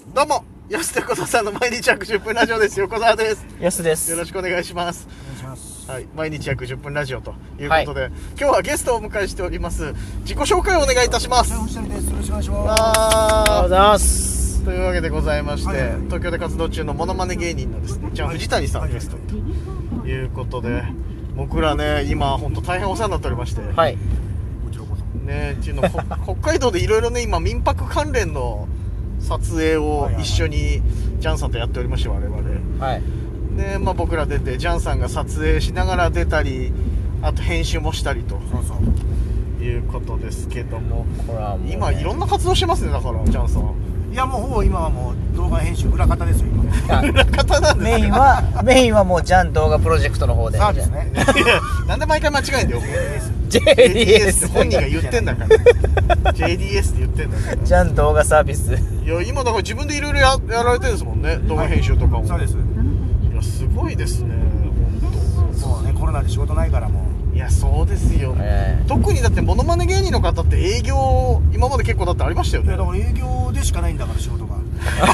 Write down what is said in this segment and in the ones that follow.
どうも、安手小沢さんの毎日約10分ラジオです。横澤です。 安です。 よろしくお願いします。 お願いします。 はい、毎日約10分ラジオということで、今日はゲストをお迎えしております。自己紹介をお願いいたします。 星谷です。よろしくお願いします。 おはようございます。 というわけでございまして、 はいはい、 東京で活動中のモノマネ芸人のですね、じゃあ藤谷さんをゲストということで、僕らね、今本当大変お世話になっておりまして、 はい。 こちらこそ。 ね、っていうの北海道でいろいろね、今民泊関連の撮影を一緒にジャンさんとやっておりまして、我々 はい。 で、まあ、僕ら出てジャンさんが撮影しながら出たり、あと編集もしたりとそうそう。 いうことですけども、 これはもうね、 今いろんな活動してますね。だからジャンさんいやもうほぼ今はもう動画編集裏方ですよ今。 裏方なんですか？ メインはもうジャン動画プロジェクトの方で。 そうですね。 いやなんで毎回間違えんだよ。 JDS って本人が言ってんだから。JDS って言ってんだから。 ジャン動画サービス。 いや今だから自分でいろいろやられてるんですもんね。動画編集とかも。 そうです。 いやすごいですね。本当。 そうね、コロナで仕事ないからもいやそうですよ、特にだってモノマネ芸人の方って営業今まで結構だってありましたよう。いね。 やだから営業でしかないんだから仕事が。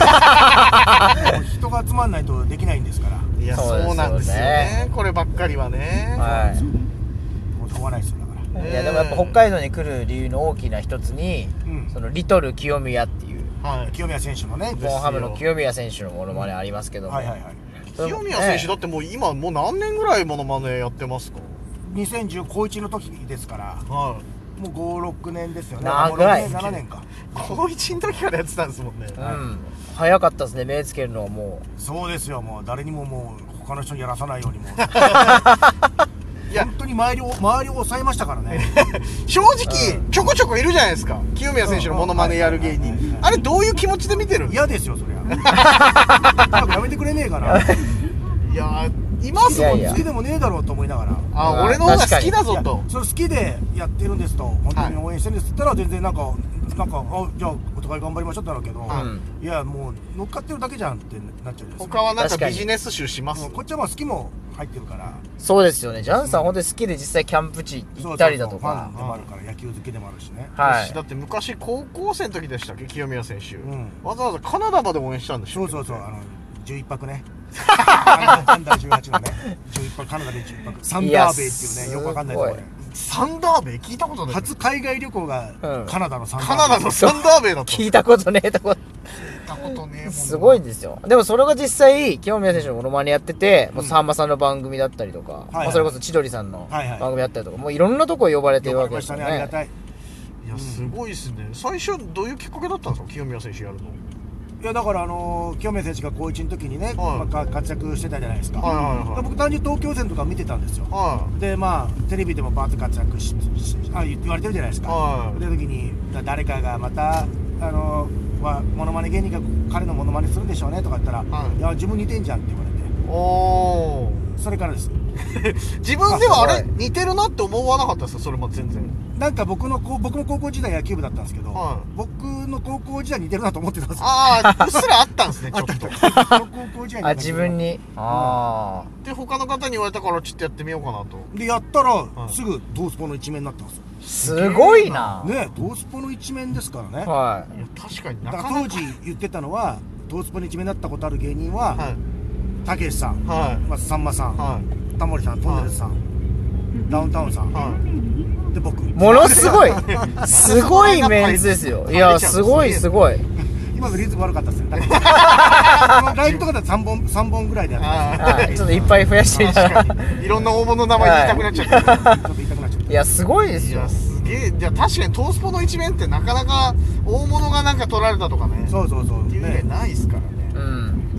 人が集まんないとできないんですから。 いやそうなんですよね。こればっかりはね。 はもうしょうがないですよだから。 い。いやでもやっぱ北海道に来る理由の大きな一つに、そのリトル清宮っていう、 はい、 清宮選手のね。 日本ハムの清宮選手のモノマネありますけども、 はいはいはい。 清宮選手だってもう今もう何年ぐらいモノマネやってますか 2010高1の時ですから。 はいもう5、6年ですよね。 長い。 7年か。 高1の時からやってたんですもんね。 うん。早かったですね、目つけるのはもう。そうですよ、もう誰にももう他の人にやらさないようにもう。いや本当に周りを抑えましたからね。 正直、ちょこちょこいるじゃないですか。清宮選手のモノマネやる芸人。あれどういう気持ちで見てるんですか？ 嫌ですよ、そりゃ。やめてくれねえかな。 いやいますもんね。 好きでもねえだろうと思いながら。 あ、俺の方が好きだぞと。 それ好きでやってるんですと、本当に応援してるんですって言ったら全然なんかあ、じゃあお互い頑張りましょうってなるけど、いやもう乗っかってるだけじゃんってなっちゃうんです。 他はなんかビジネス集します。 こっちはまあ好きも入ってるから。 そうですよね。ジャンさん本当に好きで実際キャンプ地行ったりだとか。 ファンでもあるから野球好きでもあるしね。 はい。 だって昔高校生の時でしたっけ、清宮選手。わざわざカナダまで応援したんでしょ。 そう11泊ね。アンダー18のね、11泊カナダで11泊。サンダーベイっていうね、よくわかんないところで。 サンダーベイ聞いたことない。 初海外旅行がカナダのサンダーベイ。 カナダのサンダーベイだった。 聞いたことねえとこ。 聞いたことねえ。 すごいんですよ。でもそれが実際清宮選手のモノマネやってて、もうさんまさんの番組だったりとか、それこそ千鳥さんの番組だったりとか、もういろんなとこ呼ばれてるわけですよね。 ありがたい。 いやすごいですね。最初どういうきっかけだったんですか、清宮選手やるの。 いやだから清宮選手が高1の時にね、活躍してたじゃないですか。僕単純に東京戦とか見てたんですよ。でまあテレビでもバーッと活躍言われてるじゃないですか。で時に誰かがまたモノマネ芸人が彼のモノマネするんでしょうねとか言ったら、いや自分似てんじゃんって言われて。おー、それからです。 自分ではあれ似てるなって思わなかったですか？それも全然。 なんか僕も高校時代野球部だったんですけど、僕の高校時代似てるなと思ってたんですよ。 ああ、うっすらあったんですね、ちょっと。 高校時代に自分に。ああ。で他の方に言われたからちょっとやってみようかなと。 でやったらすぐトースポの一面になったんですよ。 すごいな。 ね、トースポの一面ですからね。 はい。 いや確かにだから当時言ってたのはトースポの一面になったことある芸人はたけしさん、さんまさん、タモリさん、トンネルズさん、ダウンタウンさん、で僕。 ものすごいすごいメンズですよ。いやすごいすごい。 今のリズム悪かったですよ。ライブとかだと3本ぐらいでやってます。 ちょっといっぱい増やしてみたらいろんな応募の名前言いたくなっちゃって。ちょっと言いたくなっちゃって。 いやすごいですよ。 すげえ。じゃあ確かにトースポの一面ってなかなか大物がなんか取られたとかね。 そうっていうのないですからね。 うん。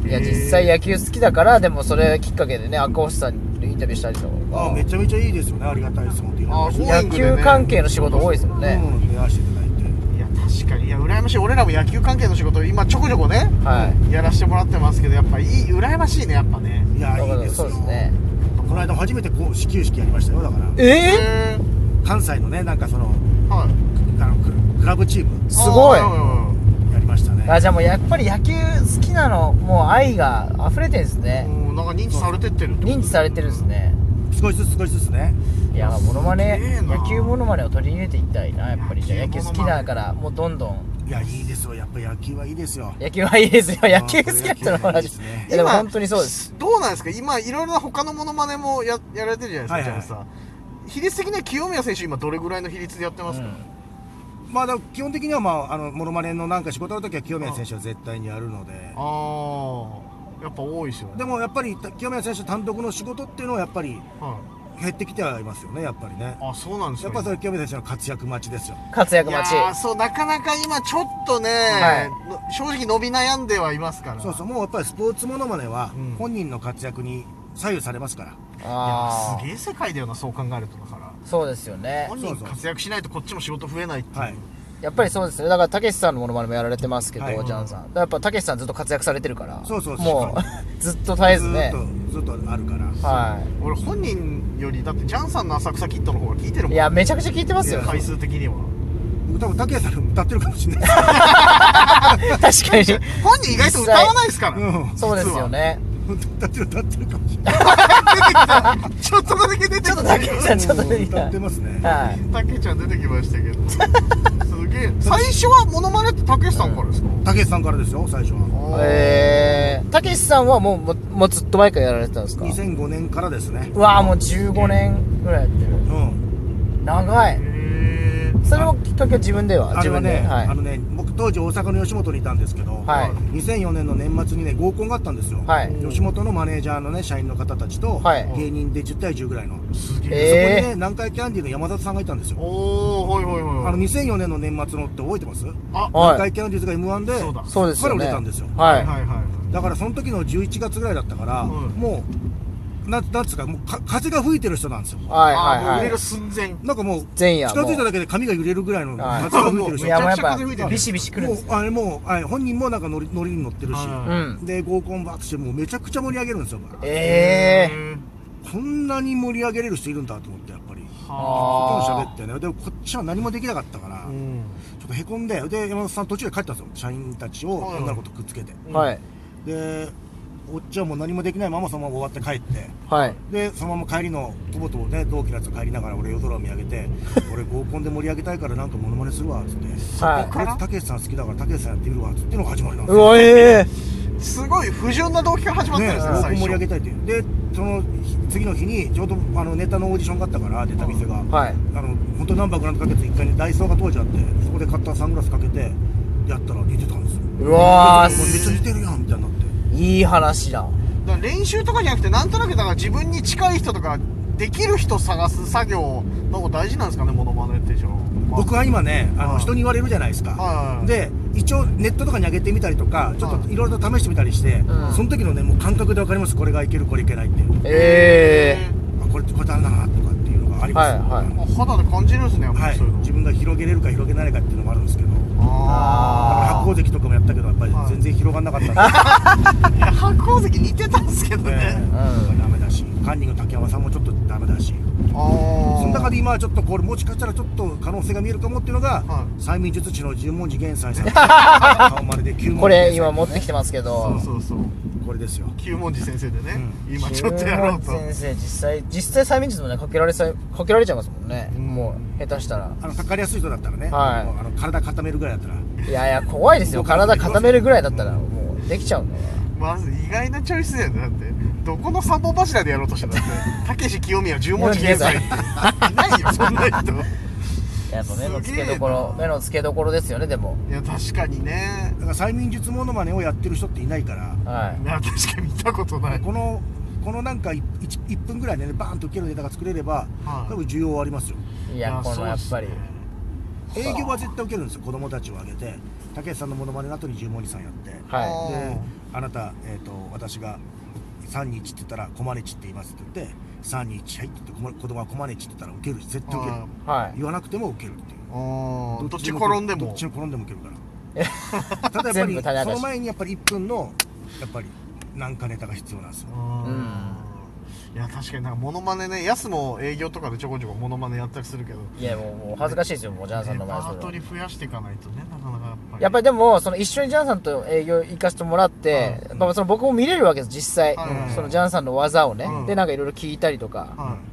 いや実際野球好きだから、でもそれきっかけでね、赤星さんにインタビューしたりとか。 めちゃめちゃいいですよね。ありがたいですもん。 野球関係の仕事多いですもんね。 やらせていただいて。 いや確かに、いや羨ましい。俺らも野球関係の仕事今ちょこちょこね、やらせてもらってますけど、やっぱいい、羨ましいね、やっぱね。 いやいいですよ。そうですね。この間初めて始球式やりましたよ。だから関西のね、なんかそのクラブチームすごいやりましたね。 じゃあもうやっぱり野球好きなの、もう愛が溢れてるんですね。 なんか認知されてってる。 認知されてるんですね。 少しずつね。 いやモノマネ、野球モノマネを取り入れていきたいな、やっぱり。じゃあ野球好きだからもうどんどんいや、いいですよ。やっぱ野球はいいですよ。 野球はいいですよ。野球好きだったのも同じ。でも本当にそうです。 どうなんですか今、いろいろな他のモノマネもやられてるじゃないですか、じゃあさ。比率的には清宮選手、今どれぐらいの比率でやってますか？ まあ、基本的には、まあ、モノマネのなんか仕事の時は清宮選手は絶対にやるので。 やっぱ多いですよね。 でもやっぱり清宮選手単独の仕事っていうのはやっぱり減ってきてはいますよね、やっぱりね。 そうなんですか。 やっぱそれ清宮選手の活躍待ちですよ。 活躍待ち。 そう、なかなか今ちょっとね、正直伸び悩んではいますから。 そうそう、もうやっぱりスポーツモノマネは本人の活躍に左右されますから。 すげえ世界だよな、そう考えると。だからそうですよね。 本人活躍しないとこっちも仕事増えないっていう。 やっぱりそうですね。だからたけしさんのモノマネもやられてますけど、ジャンさんやっぱたけしさんずっと活躍されてるから、もうずっと絶えずね、 ずっとあるから。 俺本人よりだってジャンさんの浅草キッドの方が聞いてるもん。 いや、めちゃくちゃ聞いてますよ、 回数的には。 多分たけしさん歌ってるかもしれない。 確かに本人意外と歌わないですから。 そうですよね。 歌ってるかもしれない。 ちょっとだけ出てきた。 たけしさんちょっと出てきた。 歌ってますね。 たけちゃん出てきましたけど。すげえ。最初はモノマネってたけしさんからですか？ たけしさんからですよ、最初は。たけしさんはもうずっと前からやられてたんですか ？2005年からですね。 うわ、もう15年ぐらいやってる。長い。それもきっかけは自分では？自分で。 僕当時大阪の吉本にいたんですけど、2004年の年末にね、合コンがあったんですよ。吉本のマネージャーのね、社員の方たちと芸人で10対10ぐらいの。そこにね、南海キャンディーの山里さんがいたんですよ。2004年の年末のって覚えてます？南海キャンディーズが M1 で彼出たんですよ。だからその時の11月ぐらいだったから、もうなんつうか、もう風が吹いてる人なんですよ。 揺れる寸前。 なんかもう近づいただけで髪が揺れるぐらいの風が吹いてる人。 いや、もうやっぱビシビシくるんです。 あれもう本人もなんかノリに乗ってるし、で合コンバーッとしてもうめちゃくちゃ盛り上げるんですよ。こんなに盛り上げれる人いるんだと思って、やっぱりほとんど喋ってね。でもこっちは何もできなかったから、ちょっとへこんで、で山本さん途中で帰ったんですよ。社員たちを女の子とくっつけて。でこっちはもう何もできないままそのまま終わって帰って、でそのまま帰りの久保とね、同期のやつ帰りながら俺夜空を見上げて俺合コンで盛り上げたいからなんかモノマネするわっつって、たけしさん好きだからたけしさんやってみるわっつってのが始まりなんですよ。 すごい不純な動機から始まってるんですね、最初。 盛り上げたいっていう。でその次の日にちょうどネタのオーディションがあったから出た店が本当何泊何ヶ月1回にダイソーが当時あって、そこで買ったサングラスかけてやったら似てたんですよ。 うわー、 めっちゃ似てるやんみたいになって。 いい話だ。 だから練習とかじゃなくて、なんとなくだから自分に近い人とかできる人探す作業の方が大事なんですかね、モノマネって。 僕は今ね、人に言われるじゃないですか。で一応ネットとかに上げてみたりとか、ちょっといろいろと試してみたりして、その時のね、もう感覚で分かります。これがいける、これいけないっていう。これダメだなとかっていうのがあります。 肌で感じるんですね。 自分が広げれるか広げないかっていうのもあるんですけど。白鵬関とかもやったけど、やっぱり全然広がんなかったんで。 白鵬関似てたんですけどね。 ダメだし、カンニング竹山さんもちょっとダメだし。その中で今はちょっとこれもしかしたらちょっと可能性が見えるかもっていうのが、催眠術師の十文字玄斎さん。顔まねで9文字。 これ今持ってきてますけど。 これですよ。 九文字先生でね、今ちょっとやろうと。 先生実際催眠術もねかけられちゃいますもんね。もう下手したらかかりやすい人だったらね、体固めるぐらいだったら。 いや怖いですよ。体固めるぐらいだったらもうできちゃうんだよ。 まず意外なチョイスだよね。だってどこの三本柱でやろうとしたんだって。たけし清宮十文字玄斎っていないよ、そんな人。 やっぱ目の付けどころですよね。でもいや確かにね。 だから催眠術モノマネをやってる人っていないから、 確かに見たことない。 このなんか 1分ぐらいでね、バーンと受けるネタが作れれば多分需要はありますよ。 いや、このやっぱり営業は絶対受けるんですよ。子供たちを挙げてたけしさんのモノマネの後に十文字さんやって、であなた、私が3日って言ったら「こまねちって言います」って言って「3日はい」って言って子供が「こまねちって言ったら受けるし、絶対受ける。言わなくても受けるっていう。 どっち転んでも受けるからただやっぱりその前にやっぱり1分のやっぱりなんかネタが必要なんですよ。 いや確かになんかモノマネね、ヤスも営業とかでちょこちょこモノマネやったりするけど、 いやもう恥ずかしいですよ、もうジャンさんの前で。 レパートリー増やしていかないとね、なかなかやっぱりでもその一緒にジャンさんと営業行かせてもらって、その僕も見れるわけです実際、そのジャンさんの技をね、でなんかいろいろ聞いたりとか、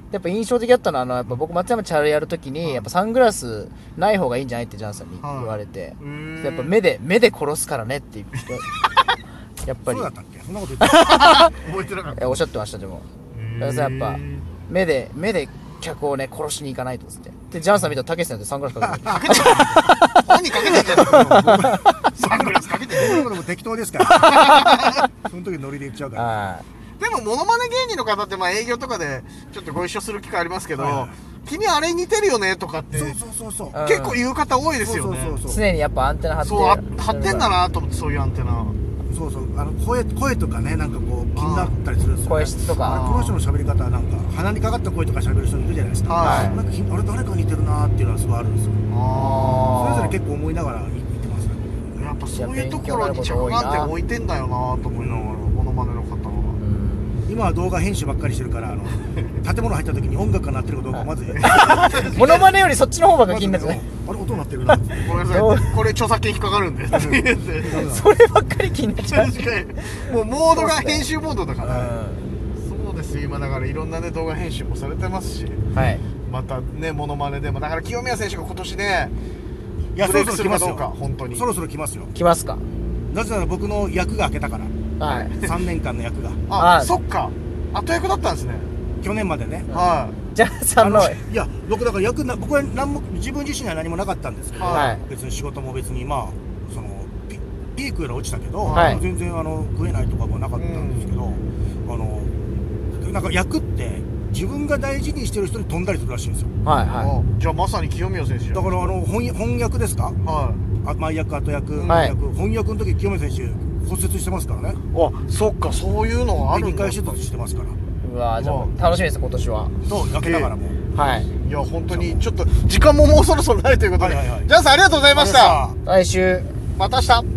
やっぱ印象的だったのはやっぱ僕松山千春やるときにやっぱサングラスない方がいいんじゃないってジャンさんに言われて、やっぱ目で殺すからねって言ってやっぱりそうだったっけ、そんなこと言ってた覚えてなかった。 おっしゃってました。でもだからやっぱ目で客をね殺しに行かないとっつって、でジャンさん見たらたけしさんってサングラスかけて何かけてんじゃんサングラスかけてるのも適当ですからその時ノリで言っちゃうから。 でもモノマネ芸人の方ってまあ営業とかでちょっとご一緒する機会ありますけど、君あれ似てるよねとかってそう結構言う方多いですよね。 常にやっぱアンテナ張って張ってんだなと思って、そういうアンテナ。 そう声とかね、なんかこう気になったりするんですよね。 声質とかこの人の喋り方はなんか鼻にかかった声とか喋る人いるじゃないですか。なんかあれ誰か似てるなっていうのはすごいあるんですよ。それぞれ結構思いながら見てますね。 やっぱそういうところに着眼点置いてんだよなと思いながら、モノマネの方は。 今は動画編集ばっかりしてるから建物入った時に音楽が鳴ってるかどうかまずモノマネよりそっちの方ばっか気になってね、 あれ音鳴ってるな、 ごめんなさいこれ著作権引っかかるんでそればっかり気になっちゃう。 確かにもうモードが編集モードだから、そうですよ。今だからいろんなね動画編集もされてますし、またねモノマネでもだから清宮選手が今年ねブレイクするかどうか、本当にそろそろ来ますよ。 来ますか。 なぜなら僕の役が明けたから、3年間の役が。 そっか、後役だったんですね、 去年までね。 じゃあさんのいや僕だから僕は何も自分自身は何もなかったんですけど、別に仕事も別にまあそのピークより落ちたけど、全然食えないとかもなかったんですけど、なんか役って自分が大事にしてる人に飛んだりするらしいんですよ。 じゃあまさに清宮選手だから翻訳ですか、前役後役翻訳の時清宮選手骨折してますからね。 そっか、そういうのはあるんだ。 2回手術してますから。 うわじゃあ楽しみです今年は。 そう焼けながらもいや本当にちょっと時間ももうそろそろないということで、ジャンさんありがとうございました。 来週また明日。